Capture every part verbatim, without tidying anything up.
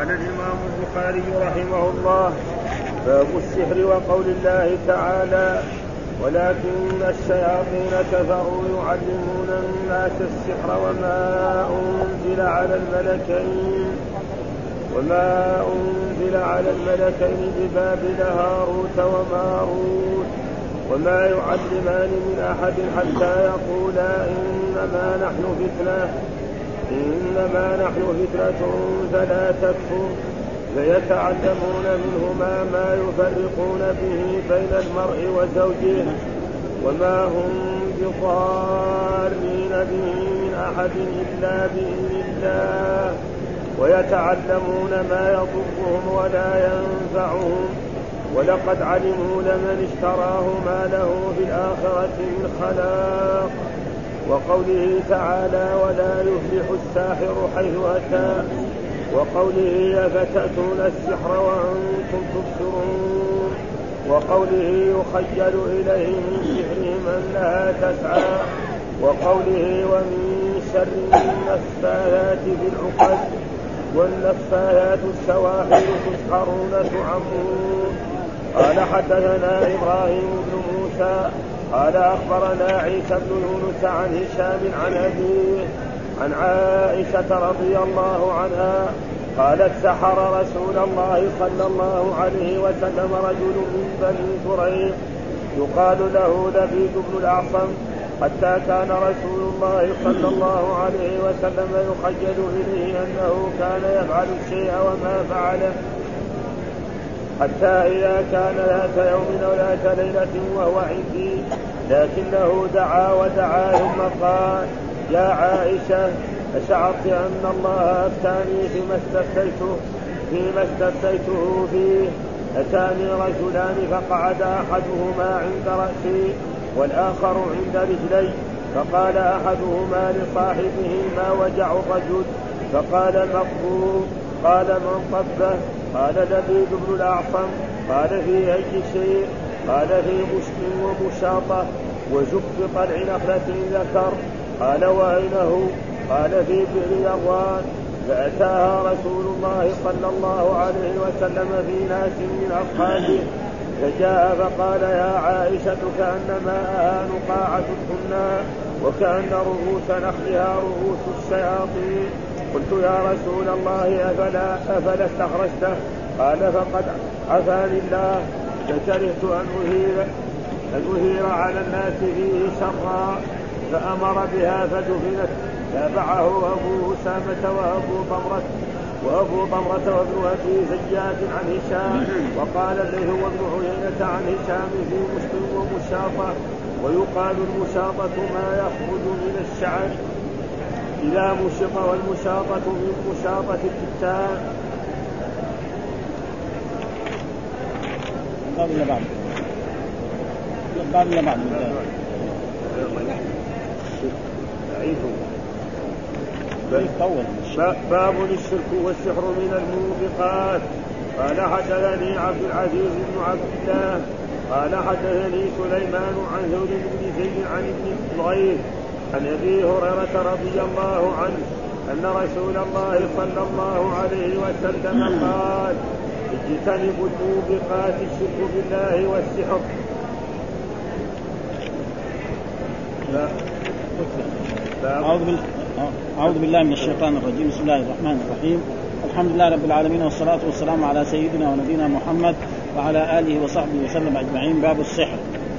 قال الإمام البخاري رحمه الله: باب السحر وقول الله تعالى: ولكن الشياطين كفروا يعلمون الناس السحر وما أنزل على الملكين وما أنزل على الملكين ببابل هاروت وماروت وما يعلمان من أحد حتى يقولا إنما نحن فتنة إنما نحن فتنة فلا تكفر فيتعلمون منهما ما يفرقون به بين المرء وزوجه وما هم بضارين به من أحد إلا بإذن الله ويتعلمون ما يضرهم ولا ينفعهم ولقد علموا لمن اشتراه ما له في الآخرة من خلاق. وقوله تعالى: ولا يفلح الساحر حيث أتى. وقوله: أفتأتون السحر وأنتم تبصرون. وقوله: يخيل إليه من سحرهم أنها تسعى. وقوله: ومن شر النفاثات في العقد والنفاثات السواحل تسحرون تعمون. قال حدثنا إبراهيم بن موسى قال أخبرنا عيسى بن يونس عن هشام عن أبيه عن عائشة رضي الله عنها قالت: سحر رسول الله صلى الله عليه وسلم رجل من بني قريظ يقال له لبيد بن الأعصم حتى كان رسول الله صلى الله عليه وسلم يخيل إليه أنه كان يفعل الشيء وما فعله، حتى إذا كان ذات يوم أو ذات ليلة وهو عندي لكنه دعا ودعا ثم قال: يا عائشة، أشعرت أن الله أفتاني فيما استفتيته فيما استفتيته فيه؟ أتاني رجلان فقعد أحدهما عند رأسي والآخر عند رجلي، فقال أحدهما لصاحبه: ما وجع الرجل؟ فقال: مقبوض. قال: من طبه؟ قال: لبيد بن الأعصم. قال: في أي شيء؟ قال: في مشك ومشاطة وزك طلع نخلة ذكر. قال: وأين هو؟ قال: في بئر يروان. فأتاها رسول الله صلى الله عليه وسلم في ناس من أصحابه فجاء فقال: يا عائشة، كأن ماءها نقاعة الحناء وكأن رؤوس نخلها رؤوس الشياطين. قلت: يا رسول الله، أفلا, أفلا استخرجته؟ قال: فقد عفاني الله، فكرهت أن أهير, أن أهير على الناس فيه شرا، فأمر بها فدفنت. تابعه أبو أسامة وأبو ضمرة وأبو ضمرة وابن أبي زياد عن هشام. وقال الليث وابن عيينة عن هشام في مسلم ومشاطة. ويقال المشاطة ما يخرج من الشعر إلى مشط، والمشاطة من مشاطة الكتان. باب إلا بعد باب إلا بعد باب الشرك والسحر من الموبقات. قال حدثني عبد العزيز بن عبد الله قال حدثني سليمان عن ثور بن زيد عن ابن الغيث عن أبي هريرة رضي الله عنه أن رسول الله صلى الله عليه وسلم قال: اجتنبوا الموبقات الشرك بالله والسحر. أعوذ بالله من الشيطان الرجيم. بسم الله الرحمن الرحيم. الحمد لله رب العالمين، والصلاة والسلام على سيدنا ونبينا محمد وعلى آله وصحبه وسلم أجمعين. باب السحر.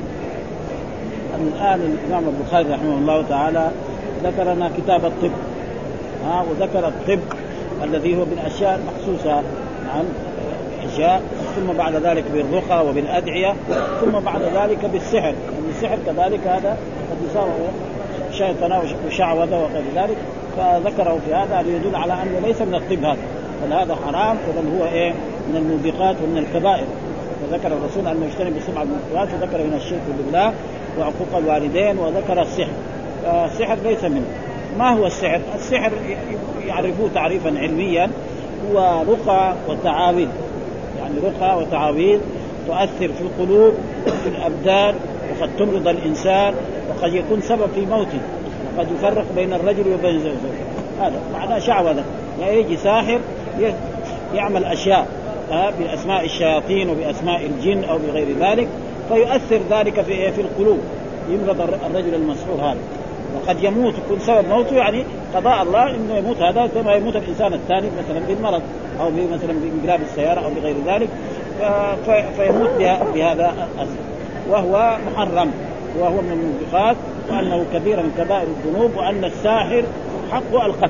الآن الإمام البخاري رحمه الله تعالى ذكر لنا كتاب الطب، ها وذكر الطب الذي هو بالأشياء المخصوصة عن أشياء، ثم بعد ذلك بالرقى وبالأدعية، ثم بعد ذلك بالسحر. السحر كذلك هذا قد يساوي شيطان وشعوذة وغير ذلك، فذكره في هذا ليدل على أنه ليس من الطب هذا، بل هذا حرام، وبل هو إيه من الموبقات ومن الكبائر. فذكر الرسول أنه يجتنب السبع الموبقات، وذكر من الشرك بالله وعقوق الوالدين، وذكر السحر. السحر ليس منه. ما هو السحر؟ السحر يعرفوه تعريفا علميا هو رقى وتعاويذ، يعني رقى وتعاويذ تؤثر في القلوب وفي الأبدان، وقد تمرض الإنسان، وقد يكون سبب في موته، وقد يفرق بين الرجل وبين زوجته. هذا معناه شعوذة. يعني يجي ساحر يعمل أشياء بأسماء الشياطين وبأسماء الجن أو بغير ذلك، فيؤثر ذلك في في القلوب، يمرض الرجل المسحور هذا وقد يموت، يكون سبب موته يعني قضاء الله إنه يموت هذا كما يموت الإنسان الثاني مثلا بالمرض أو مثلا بانقلاب السيارة أو بغير ذلك، فيموت بهذا الأذى، وهو محرم وهو من الموبقات، وأنه كبير من كبائر الذنوب، وأن الساحر حقه القتل،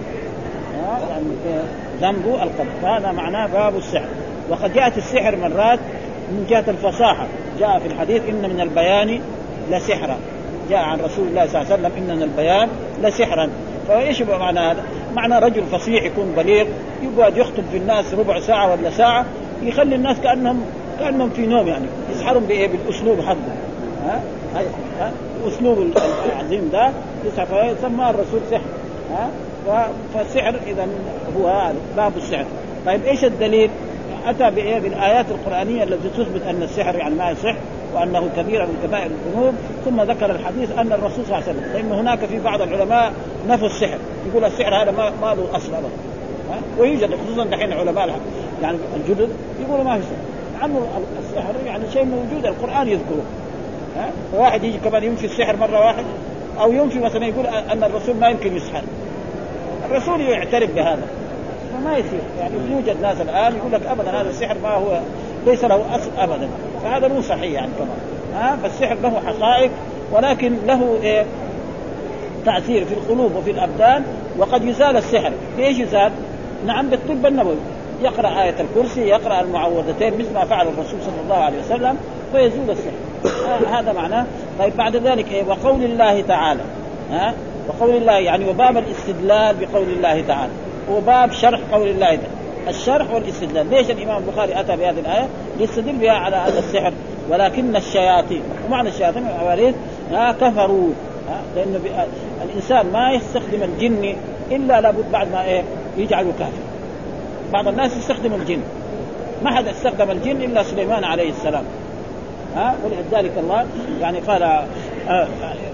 يعني ذنبه القتل. فهذا معناه باب السحر. وقد جاءت السحر مرات من جهة الفصاحة، جاء في الحديث إن من البيان لسحرا، جاء عن رسول الله صلى الله عليه وسلم إن من البيان لسحرا. فإيش معنى هذا؟ معنى رجل فصيح يكون بليغ يقعد يخطب في الناس ربع ساعة ولا ساعة، يخلي الناس كأنهم كأنهم في نوم، يعني يسحرهم بإيه؟ بالأسلوب حقه، ها ها الأسلوب العظيم ده يسمى الرسول سحر. ها فالسحر إذا هو هذا باب السحر. طيب إيش الدليل؟ أتى بإيه؟ بالآيات القرآنية التي تثبت أن السحر يعني ما يصح وأنه كبيرة من كبائر الذنوب، ثم ذكر الحديث أن الرسول صلى الله عليه وسلم، لأن هناك في بعض العلماء نفوا السحر، يقول السحر هذا ما ما له أصل أبدا، ويوجد خصوصا دحين علماء يعني الجدد يقولوا ما في سحر، عنه السحر يعني شيء موجود القرآن يذكره. ها واحد يجي كمان ينفي السحر مرة واحد، أو ينفي مثلا يقول أن الرسول ما يمكن يسحر، الرسول يعترف بهذا فما يصير. يعني يوجد ناس الآن يقول لك أبدا هذا السحر ما هو ليس له أصل أبدا، فهذا مو صحيح يعني كمان. ها فالسحر له حقائق، ولكن له إيه؟ تأثير في القلوب وفي الأبدان، وقد يزال السحر. ليش يزال؟ نعم بالطب النبوي، يقرأ آية الكرسي، يقرأ المعوذتين مثل ما فعل الرسول صلى الله عليه وسلم فيزول السحر. هذا معناه. طيب بعد ذلك إيه؟ وقول الله تعالى، ها وقول الله يعني وباب الاستدلال بقول الله تعالى، وباب شرح قول الله تعالى، الشرح والاستدلال. ليش الإمام البخاري أتى بهذه الآية؟ يستدل بها على هذا السحر. ولكن الشياطين، ومعنى الشياطين والعوارض كفروا، لأنه الإنسان ما يستخدم الجن إلا لابد بعد ما إيه يجعله كافر. بعض الناس يستخدم الجن، ما حد استخدم الجن إلا سليمان عليه السلام. ها ولذلك الله يعني قال آه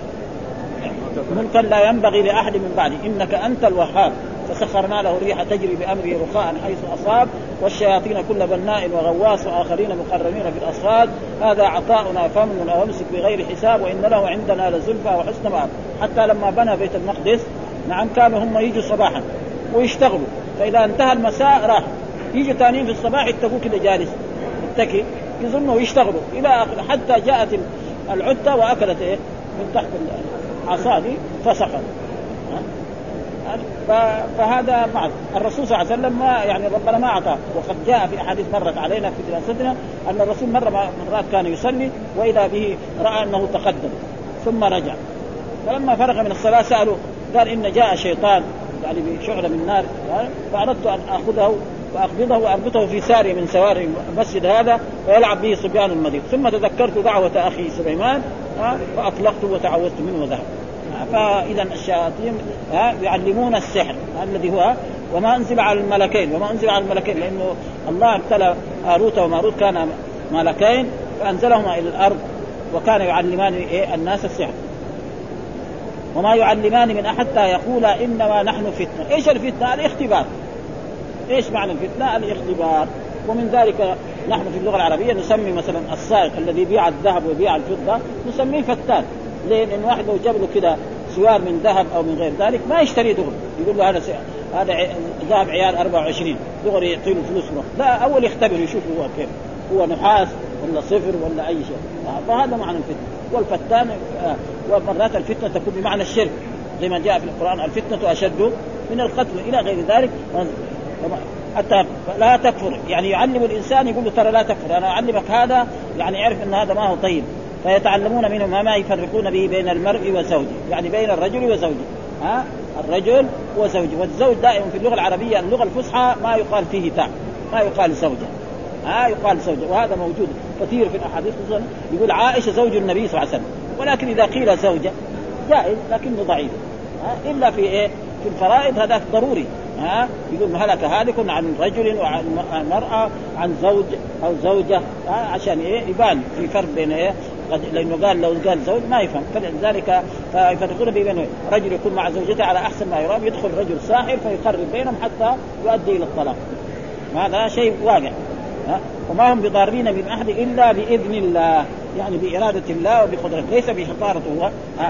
ملكا لا ينبغي لأحد من بعدي إنك أنت الوهاب فسخرنا له الريح تجري بأمره رخاء حيث أصاب والشياطين كل بناء وغواص وآخرين مقرنين في الأصفاد هذا عطاؤنا فمن أو امسك بغير حساب وإن له عندنا لزلفى وحسن مآب. حتى لما بنى بيت المقدس نعم كانوا هم يجوا صباحا ويشتغلوا، فإذا انتهى المساء راح يجوا ثانيين في الصباح يتقوا كده جالس متكي يظنوا يشتغلوا إلى آخر، حتى جاءت العتة وأكلت إيه من تحت عصادي فسقط. فهذا مع الرسول صلى الله عليه وسلم ما يعني ربنا ما أعطاه. وقد جاء في أحاديث مرت علينا في دراستنا أن الرسول مرة مرات كان يصلي وإذا به رأى أنه تقدم ثم رجع، فلما فرغ من الصلاة سأله قال إن جاء شيطان يعني بشعلة من نار فأردت أن أخذه وأقبضه وأربطه في ساري من سواري المسجد هذا ويلعب به صبيان المدينة، ثم تذكرت دعوة أخي سليمان فأطلقته وتعوذت منه وذهب. فإذا الشياطين يعلمون السحر الذي هو وما أنزل على الملكين وما أنزل على الملكين، لأنه الله ابتلى هاروت وماروت كان ملكين فأنزلهما إلى الأرض وكان يعلمان إيه الناس السحر. وما يعلمان من أحد حتى يقولا إنما نحن فتنة. إيش الفتنة؟ الاختبار. إيش معنى الفتنة؟ الاختبار. ومن ذلك نحن في اللغة العربية نسمي مثلا السائق الذي يبيع الذهب ويبيع الفضة نسميه فتان. ليه؟ لأن واحد لو جاب له كده سوار من ذهب أو من غير ذلك ما يشتري دغري، يقول له هذا هذا ذهب عيار أربعة وعشرين دغري يعطيه فلوس له. لا، أول يختبر يشوف هو كيف، هو نحاس ولا صفر ولا أي شيء. فهذا معنى الفتنة. والفتان ومرات الفتنة تكون بمعنى الشرك زي ما جاء في القرآن الفتنة أشد من القتل إلى غير ذلك. حتى لا تكفر يعني يعلم الإنسان يقول له ترى لا تكفر أنا أعلمك هذا، يعني يعرف أن هذا ما هو طيب. فيتعلمون منه ما يفرقون به بين المرء وزوجه، يعني بين الرجل وزوجه. ها الرجل وزوجه. والزوج دائما في اللغة العربية اللغة الفصحى ما يقال فيه تاء، ما يقال زوجة، ها يقال زوجة. وهذا موجود كثير في الأحاديث، يقول عائشة زوج النبي صلى الله عليه وسلم، ولكن إذا قيل زوجة جائز لكنه ضعيف. ها إلا في إيه في الفرائض هذا ضروري. ها يقول هلك هالك عن رجل وعن مرأة عن زوج أو زوجة، عشان إيه يبان في فرق بين إيه، لأنه قال لو قال زوج ما يفهم. فلذلك فيفرقون بين رجل يكون مع زوجته على أحسن ما يرام، يدخل رجل ساحر فيقرب بينهم حتى يؤدي إلى الطلاق. هذا شيء واقع. وما هم بضارين من أحد إلا بإذن الله، يعني بإرادة الله وبقدرته، ليس بشطارته هو.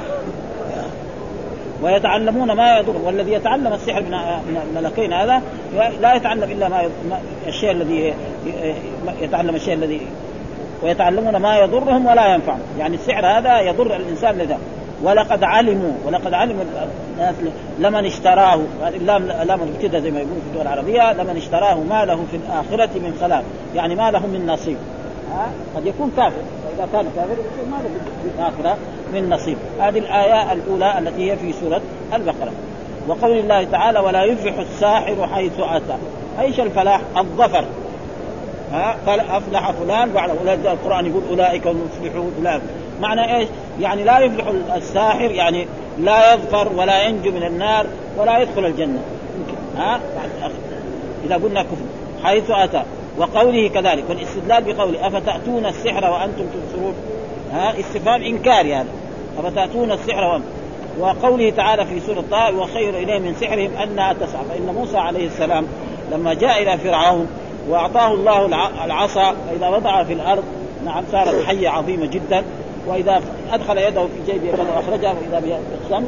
ويتعلمون ما يضر، والذي يتعلم السحر من الملكين هذا لا يتعلم إلا ما الشيء الذي يتعلم الشيء الذي ويتعلمون ما يضرهم ولا ينفعهم، يعني السحر هذا يضر الإنسان لذا. ولقد علموا ولقد علموا الناس لمن اشتراه، اللام لام الابتداء زي ما يقولون في الدول العربية، لمن اشتراه ما له في الآخرة من خلاق، يعني ما له من نصيب. قد يكون كافر، وإذا كان كافر يكون ما له في الآخرة من نصيب. هذه الآية الأولى التي هي في سورة البقرة. وقول الله تعالى ولا يفلح الساحر حيث أتى، أيش الفلاح؟ الظفر. ها قال أفلح فلان، بعد أولئك القرآن يقول أولئك المفلحون. أولئك معنى إيش؟ يعني لا يفلح الساحر، يعني لا يظفر ولا ينجو من النار ولا يدخل الجنة ممكن. ها إذا قلنا كفر حيث أتى. وقوله كذلك، والاستدلال بقوله أفتأتون السحر وأنتم تبصرون، ها استفهام إنكار يعني، أفتأتون السحر وأنتم. وقوله تعالى في سورة طه وخير إليه من سحرهم أنها تسعى. فإن موسى عليه السلام لما جاء إلى فرعون وأعطاه الله العصا، إذا وضع في الأرض نعم صارت حية عظيمة جدا، وإذا أدخل يده في جيبه قد أخرجها وإذا بالشمس.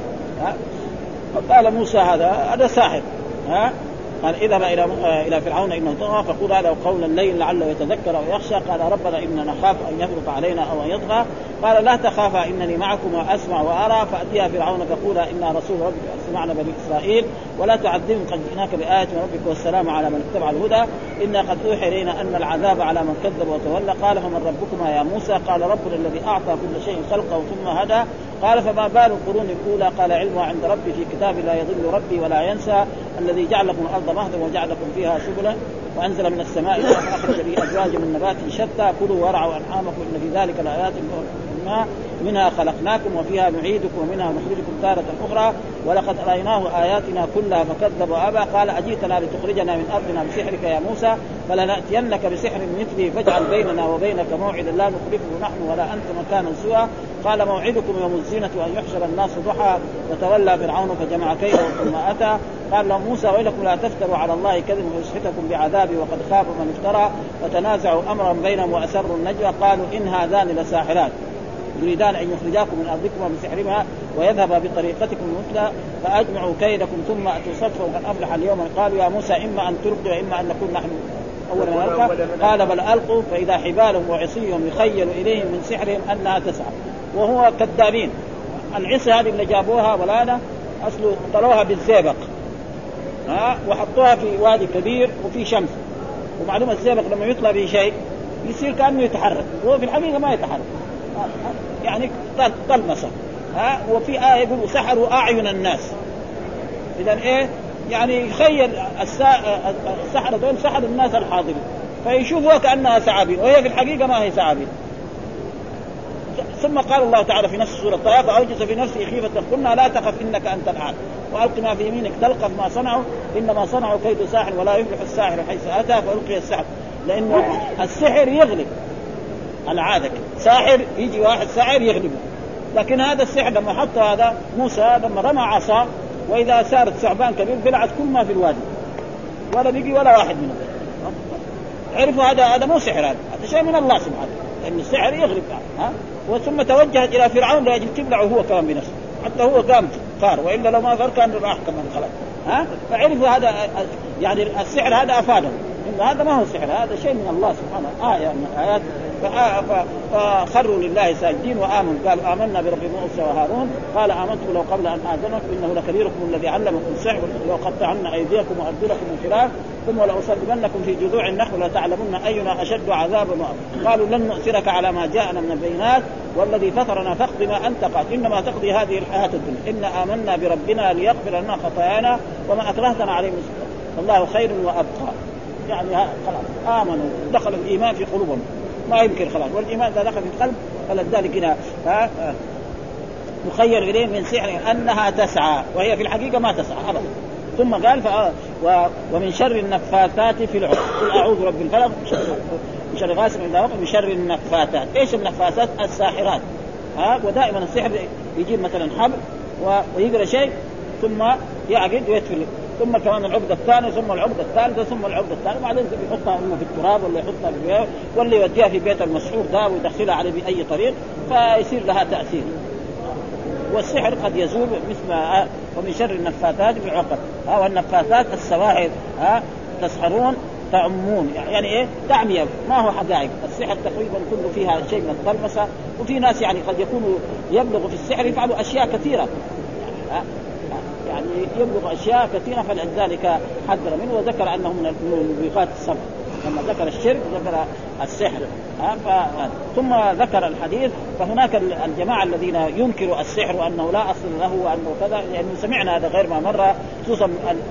قال موسى هذا هذا ساحر. ها قال اذهب الى الى فرعون انه طغى فقول هذا قول الليل لعله يتذكر او يخشى. قال ربنا اننا نخاف ان يفرط علينا او ان يطغى. قال لا تخافا انني معكم واسمع وارى. فاتيها فرعون فقولا انا رسول ربك سمعنا بني اسرائيل ولا تعذبهم قد جئناك بايه من ربك والسلام على من اتبع الهدى انا قد اوحي الينا ان العذاب على من كذب وتولى. قال فمن ربكما يا موسى؟ قال ربنا الذي اعطى كل شيء خلقه ثم هدى. قال فما بال القرون الاولى؟ قال علمها عند ربي في كتاب لا يضل ربي ولا ينسى الذي جعل لكم الارض مهدا وجعل لكم فيها سبلا وانزل من السماء فاخرج به ازواجا من نبات شتى كلوا وارعوا انعامكم ان في ذلك لايات منها خلقناكم وفيها نعيدكم ومنها نخرجكم تارة أخرى ولقد رأيناه آياتنا كلها فكذب وأبى. قال أجيتنا لتخرجنا من أرضنا بسحرك يا موسى فلنأتينك بسحر مثله فاجعل بيننا وبينك موعدا لا نخلفه نحن ولا أنت مكانا سوى. قال موعدكم يوم الزينة وأن يحشر الناس ضحى وتولى فرعون فجمع كيده ثم أتى. قال له موسى ويلكم لا تفتروا على الله كذبا ويسحتكم بعذابي وقد خاب من افترى. وتنازعوا أمرا بينهم وأسروا النجوى قالوا إن هذان لساحران يريدان أن يخرجاكم من أرضكم بسحرهما ويذهبا بطريقتكم المثلى فأجمعوا كيدكم ثم أتوا صفا وقد أفلح اليوم. قالوا يا موسى إما أن تلقوا وإما أن نكون نحن أول من ألقى. قال بل ألقوا فإذا حبالهم وعصيهم يخيل إليهم من سحرهم أنها تسعى وهو كذابين. العصا هذه اللي جابوها ولانا أصله طلوها بالزيبق ها وحطوها في وادي كبير وفي شمس. ومعلومة الزيبق لما يطلع به شيء يصير كأنه يتحرك وهو في الحقيقة ما يتحرك يعني طلمسة. ها وفي آية يقول سحروا أعين الناس. إذا إيه يعني يخيل السحرة دول سحر الناس الحاضرين فيشوفوها كأنها ثعابين وهي في الحقيقة ما هي ثعابين. ثم قال الله تعالى في نفس سورة طه فأوجس في نفسه خيفة قلنا لا تخف إنك أنت الأعلى وألق ما في يمينك تلقف ما صنعوا إنما صنعوا كيد ساحر ولا يفلح الساحر حيث أتى فألقي السحر. لأنه السحر يغلب العادة. ساحر يجي واحد ساحر يغلبه لكن هذا السحر لما حط هذا موسى لما رمى عصا وإذا صارت ثعبان كبير بلعت كل ما في الوادي ولا بيجي ولا واحد منهم. عرفوا هذا هذا مو سحر هذا هذا شيء من الله سبحانه لأن السحر يغلب. ها وثم توجهت إلى فرعون لأجل تبلعه هو كمان بنفسه حتى هو قام ثار وإلا لو ما ثار كان راح كمان خلاص. ها فعرفوا هذا يعني السحر هذا أفادهم إن هذا ما هو سحر هذا شيء من الله سبحانه آية من آيات. فخروا لله ساجدين وآمنوا قالوا آمنا برب موسى وهارون. قال آمنت له قبل أن آذنكم إنه لكبيركم الذي علمكم السحر لأقطعن أيديكم وأرجلكم من خلاف ثم لأصلبنكم في جذوع النخل لتعلمن أينا أشد عذابا. قالوا لن نؤثرك على ما جاءنا من البينات والذي فطرنا فاقض ما أنت قاد إنما تقضي هذه الحياة الدنيا إن آمنا بربنا ليغفر لنا خطايانا وما أكرهتنا عليه الله خير وأبقى. يعني خلاص آمنوا دخل الإيمان في قلوبهم ما يمكن خلاص والإيمان إذا دخل في القلب فلذلك هنا مخيل إليه من سحر أنها تسعى وهي في الحقيقة ما تسعى أبدا. ثم قال ف... و... ومن شر النفاثات في العقد قل أعوذ برب الفلق من شر غاسق إذا وقب من شر النفاثات. إيش النفاثات؟ الساحرات. ها ودائما السحر يجيب مثلا حبل و... ويقرأ شيء ثم يعقد ويدفل ثم كمان العقدة الثانية ثم العقدة الثالثة ثم العقدة الثالثة، بعدين يحطها إما في التراب ولا يحطها في ولا يوديها في بيت المسحور ده ويدخلها عليه بأي طريق فيصير لها تأثير. والسحر قد يزول مثل ومن شر النفاثات في العقد، أو النفاثات السواحر ها تسحرون تعمون، يعني إيه تعمية ما هو حقائق. السحر تقريبا كله فيها شيء من الطلمسة، وفي ناس يعني قد يكونوا يبلغوا في السحر يفعلوا أشياء كثيرة يعني, يعني يبلغ أشياء كثيرة، فلذلك حذر منه وذكر أنه من الموبقات السبع لما ذكر الشرك ذكر السحر. ف... ثم ذكر الحديث. فهناك الجماعة الذين ينكروا السحر وأنه لا أصل له وأنه كذا، يعني سمعنا هذا غير ما مرة، خصوصا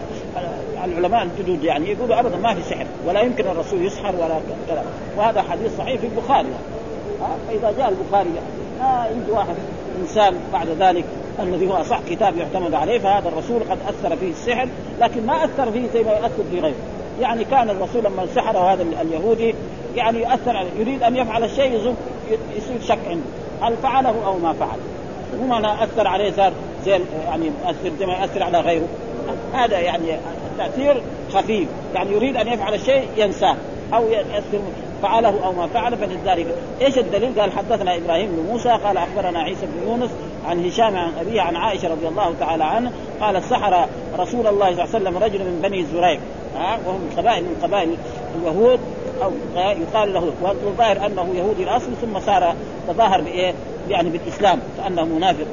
العلماء الجدد يعني يقولوا أبدا ما في سحر ولا يمكن الرسول يسحر ولا كذا، وهذا حديث صحيح في البخاري. فإذا جاء البخاري آه يجي واحد إنسان بعد ذلك الذي هو أصح كتاب يعتمد عليه، فهذا الرسول قد أثر فيه السحر لكن ما أثر فيه زي ما يؤثر في غيره. يعني كان الرسول لما سحر هذا اليهودي يعني يؤثر، يريد أن يفعل الشيء يصير شك عنده هل فعله أو ما فعل، مو معنى أثر عليه صار زي يعني يؤثر زي ما يؤثر على غيره. هذا يعني تأثير خفيف، يعني يريد أن يفعل الشيء ينساه أو يؤثر فعله أو ما فعل. فلذلك إيش الدليل؟ قال حدثنا إبراهيم بن موسى قال أخبرنا عيسى بن يونس عن هشام عن أبيه عن عائشة رضي الله تعالى عنه قال السحر رسول الله صلى الله عليه وسلم رجل من بني زريق وهم قبائل من قبائل اليهود أو يقال له، والظاهر أنه يهودي الأصل ثم صار تظاهر بإيه يعني بالإسلام كأنه منافق،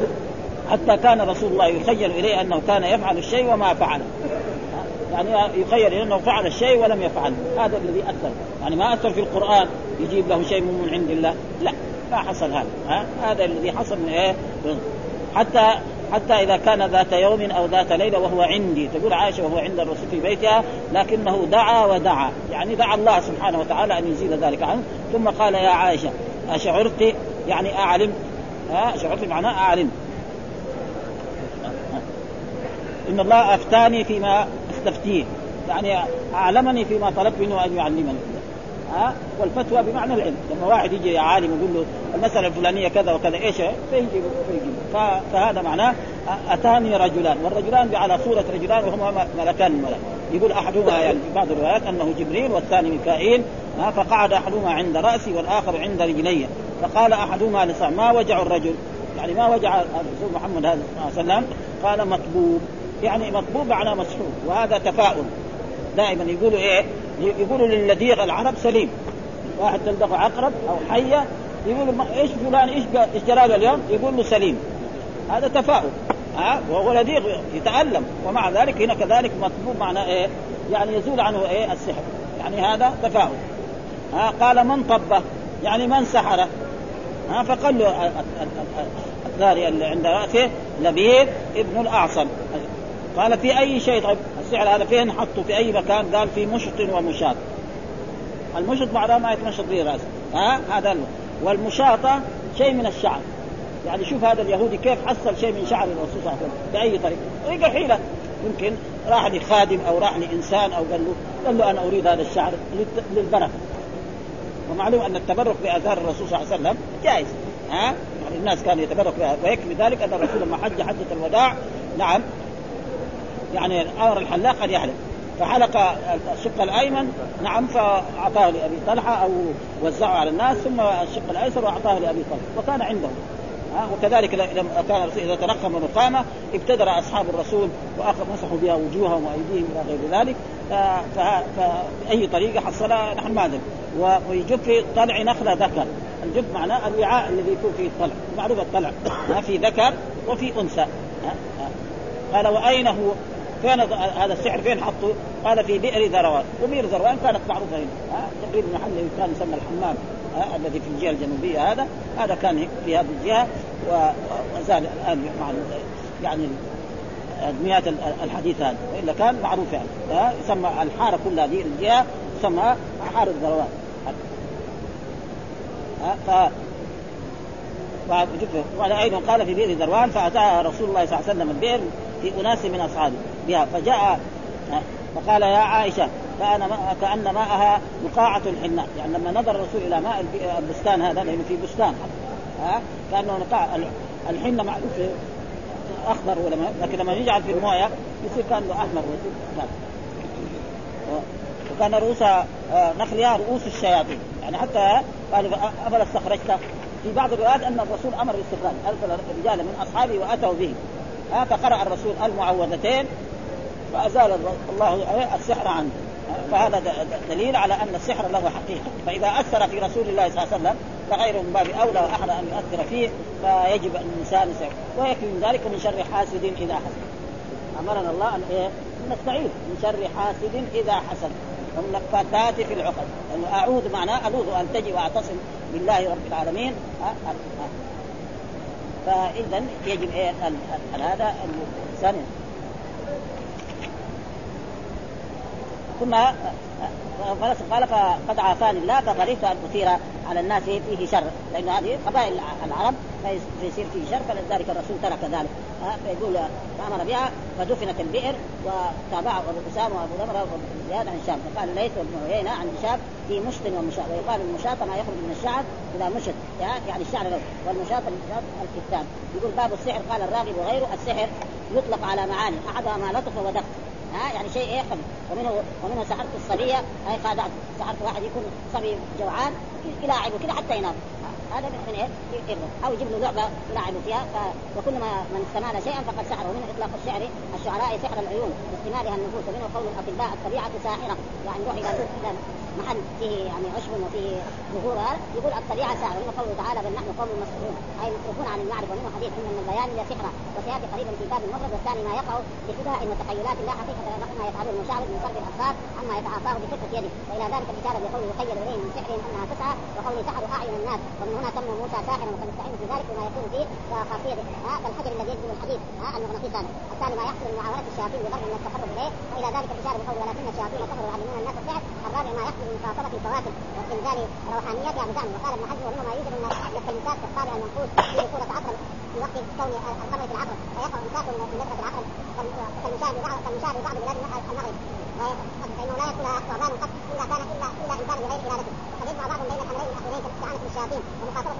حتى كان رسول الله يخيل إليه أنه كان يفعل الشيء وما فعله، يعني يخيل أنه فعل الشيء ولم يفعل. هذا الذي أثر، يعني ما أثر في القرآن يجيب له شيء من عند الله، لا ما حصل هذا. ها؟ هذا الذي حصل من إيه حتى حتى إذا كان ذات يوم أو ذات ليلة وهو عندي، تقول عائشة وهو عند الرسول في بيتها، لكنه دعا ودعا يعني دعا الله سبحانه وتعالى أن يزيل ذلك عنه، ثم قال يا عائشة أشعرت يعني أعلم، ها شعرت معناه أعلم إن الله أفتاني فيما استفتيه، يعني أعلمني فيما طلبت منه أن يعلمني. ها والفتوى بمعنى العلم، لما واحد يجي يا عالم يقول له المسألة الفلانية كذا وكذا إيش فيجي فيجي فهذا معناه أتاني رجلان، والرجلان على صورة رجلان وهما ملكان الملك، يقول أحدهما يعني في بعض الروايات أنه جبريل والثاني ميكائيل. فقعد أحدهما عند رأسي والآخر عند رجلي، فقال أحدهما لصاحبه ما وجع الرجل، يعني ما وجع الرسول محمد هذا صلى الله عليه وسلم، قال مطبوب، يعني مطبوب على مسحور، وهذا تفاؤل دائما يقولوا إيه يقولوا للذيغ العرب سليم، واحد تلدغ عقرب أو حية يقولوا إيش فلان إيش إيش جلاله اليوم، يقول له سليم، هذا تفاؤل. ها وهو لذيغ يتألم، ومع ذلك هنا كذلك مطبوب معناه إيه يعني يزول عنه إيه السحر، يعني هذا تفاؤل. ها قال من طبه يعني من سحره. ها فقال له الثاني اللي عند رأسه لبيد ابن الأعصم، قال في أي شيء؟ طيب السحر هذا فين حطه في أي مكان؟ قال في مشط ومشاط. المشط معناه ما يتمشط به رأسه، ها هذا، والمشاطة شيء من الشعر، يعني شوف هذا اليهودي كيف حصل شيء من شعر الرسول صلى الله عليه وسلم بأي طريقة، طريقة حيلة، يمكن راح لخادم أو راح لإنسان أو قال له قال له أنا أريد هذا الشعر للبركة، ومعلوم أن التبرك بآثار الرسول صلى الله عليه وسلم جائز، ها يعني الناس كانوا يتبرك بها، ويكفي ذلك أن الرسول لما حج حجة الوداع نعم يعني أمر الحلاق أن يحلق، فحلق الشق الأيمن نعم فأعطاه لأبي طلحة أو وزعه على الناس، ثم الشق الأيسر وأعطاه لأبي طلحة وكان عنده. ها وكذلك لما كان الرسول إذا ترقم ونقامة ابتدر أصحاب الرسول وآخر مسحوا بها وجوههم وأيديهم إلى غير ذلك، فأي طريقة حصلها نحن ما ندري. ويجب في طلع نخلة ذكر، الجب معناه الوعاء الذي يكون فيه الطلع، معروف الطلع في ذكر وفي أنثى. قال وأين هو؟ فين هذا السحر فين حطه؟ قال في بئر ذروان، وبئر ذروان كانت معروفة هنا تقريبا المحل اللي كان يسمى الحمام الذي في الجهة الجنوبية، هذا هذا كان في هذه الجهة وزال الآن مع يعني المئات الحديث هذا، وإلا كان معروف يعني يسمى الحارة كلها هذه الجهة يسمى حارة ذروان. ف وعلى أيضا قال في بئر ذروان فأتى رسول الله صلى الله عليه وسلم البئر في أناس من أصحابه بها، فجاء فقال يا عائشة كأن كأن ماءها نقاعة الحناء، يعني لما نظر الرسول إلى ماء البستان هذا لأنه في بستان ها كأنه نقاع الحنة معروف اخضر ولا ما، لكن لما يجعل في المويه يصير كانه احمر ويصير كان. وكان رؤوس نخلها رؤوس الشياطين، يعني حتى قال افلا استخرجت. في بعض الروايات ان الرسول امر باستخراج ارسل رجالا من اصحابه واتوا به، فقرأ الرسول المعوذتين فازال الله السحر عنه. فهذا دليل على ان السحر له حقيقه، فاذا اثر في رسول الله صلى الله عليه وسلم فغيره من باب اولى واحرى ان يؤثر فيه، فيجب ان الانسان يسحر. ويكفي من ذلك من شر حاسد اذا حسد. امرنا الله ان ايه نستعيذ من شر حاسد اذا حسد ومن النفاثات في العقد. يعني اعوذ معناه الوذ والتجي واعتصم بالله رب العالمين. فاذا يجب ايه هذا الانسان. ثم قال فقد عافاني الله فغريت ان اثير على الناس فيه شر، لان هذه قبائل العرب فيصير فيه شر، فلذلك الرسول ترك ذلك. فيقول فامر بها فدفنت البئر، وتابعه ابو اسامه وابو ضمره وزياد عن الشام. فقال ليس ابن عيينه عن الشاب في مشط ومشاط، ويقال المشاط ما يخرج من الشعر اذا مشط يعني الشعر له، والمشاط المشاط الكتان. يقول باب السحر قال الراغب وغيره السحر يطلق على معاني احدها ما لطف ودق، ها يعني شيء ايه خبيث. ومنه ومنه سحرت الصبيه اي خادعت، سحرت واحد يكون صبي جوعان يلاعبه كده حتى ينام، هذا من ايه يقرب، او يجيب له لعبه يلاعبه فيها. ف... وكل ما من استمال شيئا فقد سحره. ومن اطلاق الشعر الشعراء سحر العيون باستمالها النفوس. ومنه قول الاطباء الطبيعه ساحره، يعني نروح الى الى محل فيه يعني عشب وفيه ظهور يقول الطبيعه ساحره. ومنه قوله تعالى بل نحن قوم مسحورون اي مصرفون عن المعرفه. ومنه حديث ان من البيان لسحرا، وسياتي قريبا في باب المفرد. والثاني ما يقع بخداع وتخيلات لا حقيقه له ما يفعله المشاهد من صرف الابصار عما يتعاطاه بخفه يده. والى ذلك الاشاره بقوله يخيل اليه من سحرهم انها تسعى، وقوله سحروا اعين الناس. ومن هنا سموا موسى ساحرا، وقد استعين في ذلك وما يكون فيه وخاصيه هذا الحجر الذي يجذب الحديد المغناطيس. الثاني ما يحصل من معاونه الشياطين بغرض من التقرب اليه. والى ذلك الاشاره بقوله ولكن الشياطين كفروا يعلمون الناس السحر. الرابع ما يحصل من مخاطبه الكواكب واستنزال روحانيتها بزعم. وقال ابن حزم ومنه ما يوجد من التلمسات كالطابع المنقوش في صوره عقرب في وقت كون القمر في العقرب، فيقع امساك من نزله العقرب كالمشاهد بعض كالمشاهد بعض بلاد المغرب، فانه لا يكون ثعبان قط الا كان الا الا ان كان بغير ارادته. وقد يجمع بعض بين الامرين الاخرين كالاستعانه بالشياطين ومخاطبه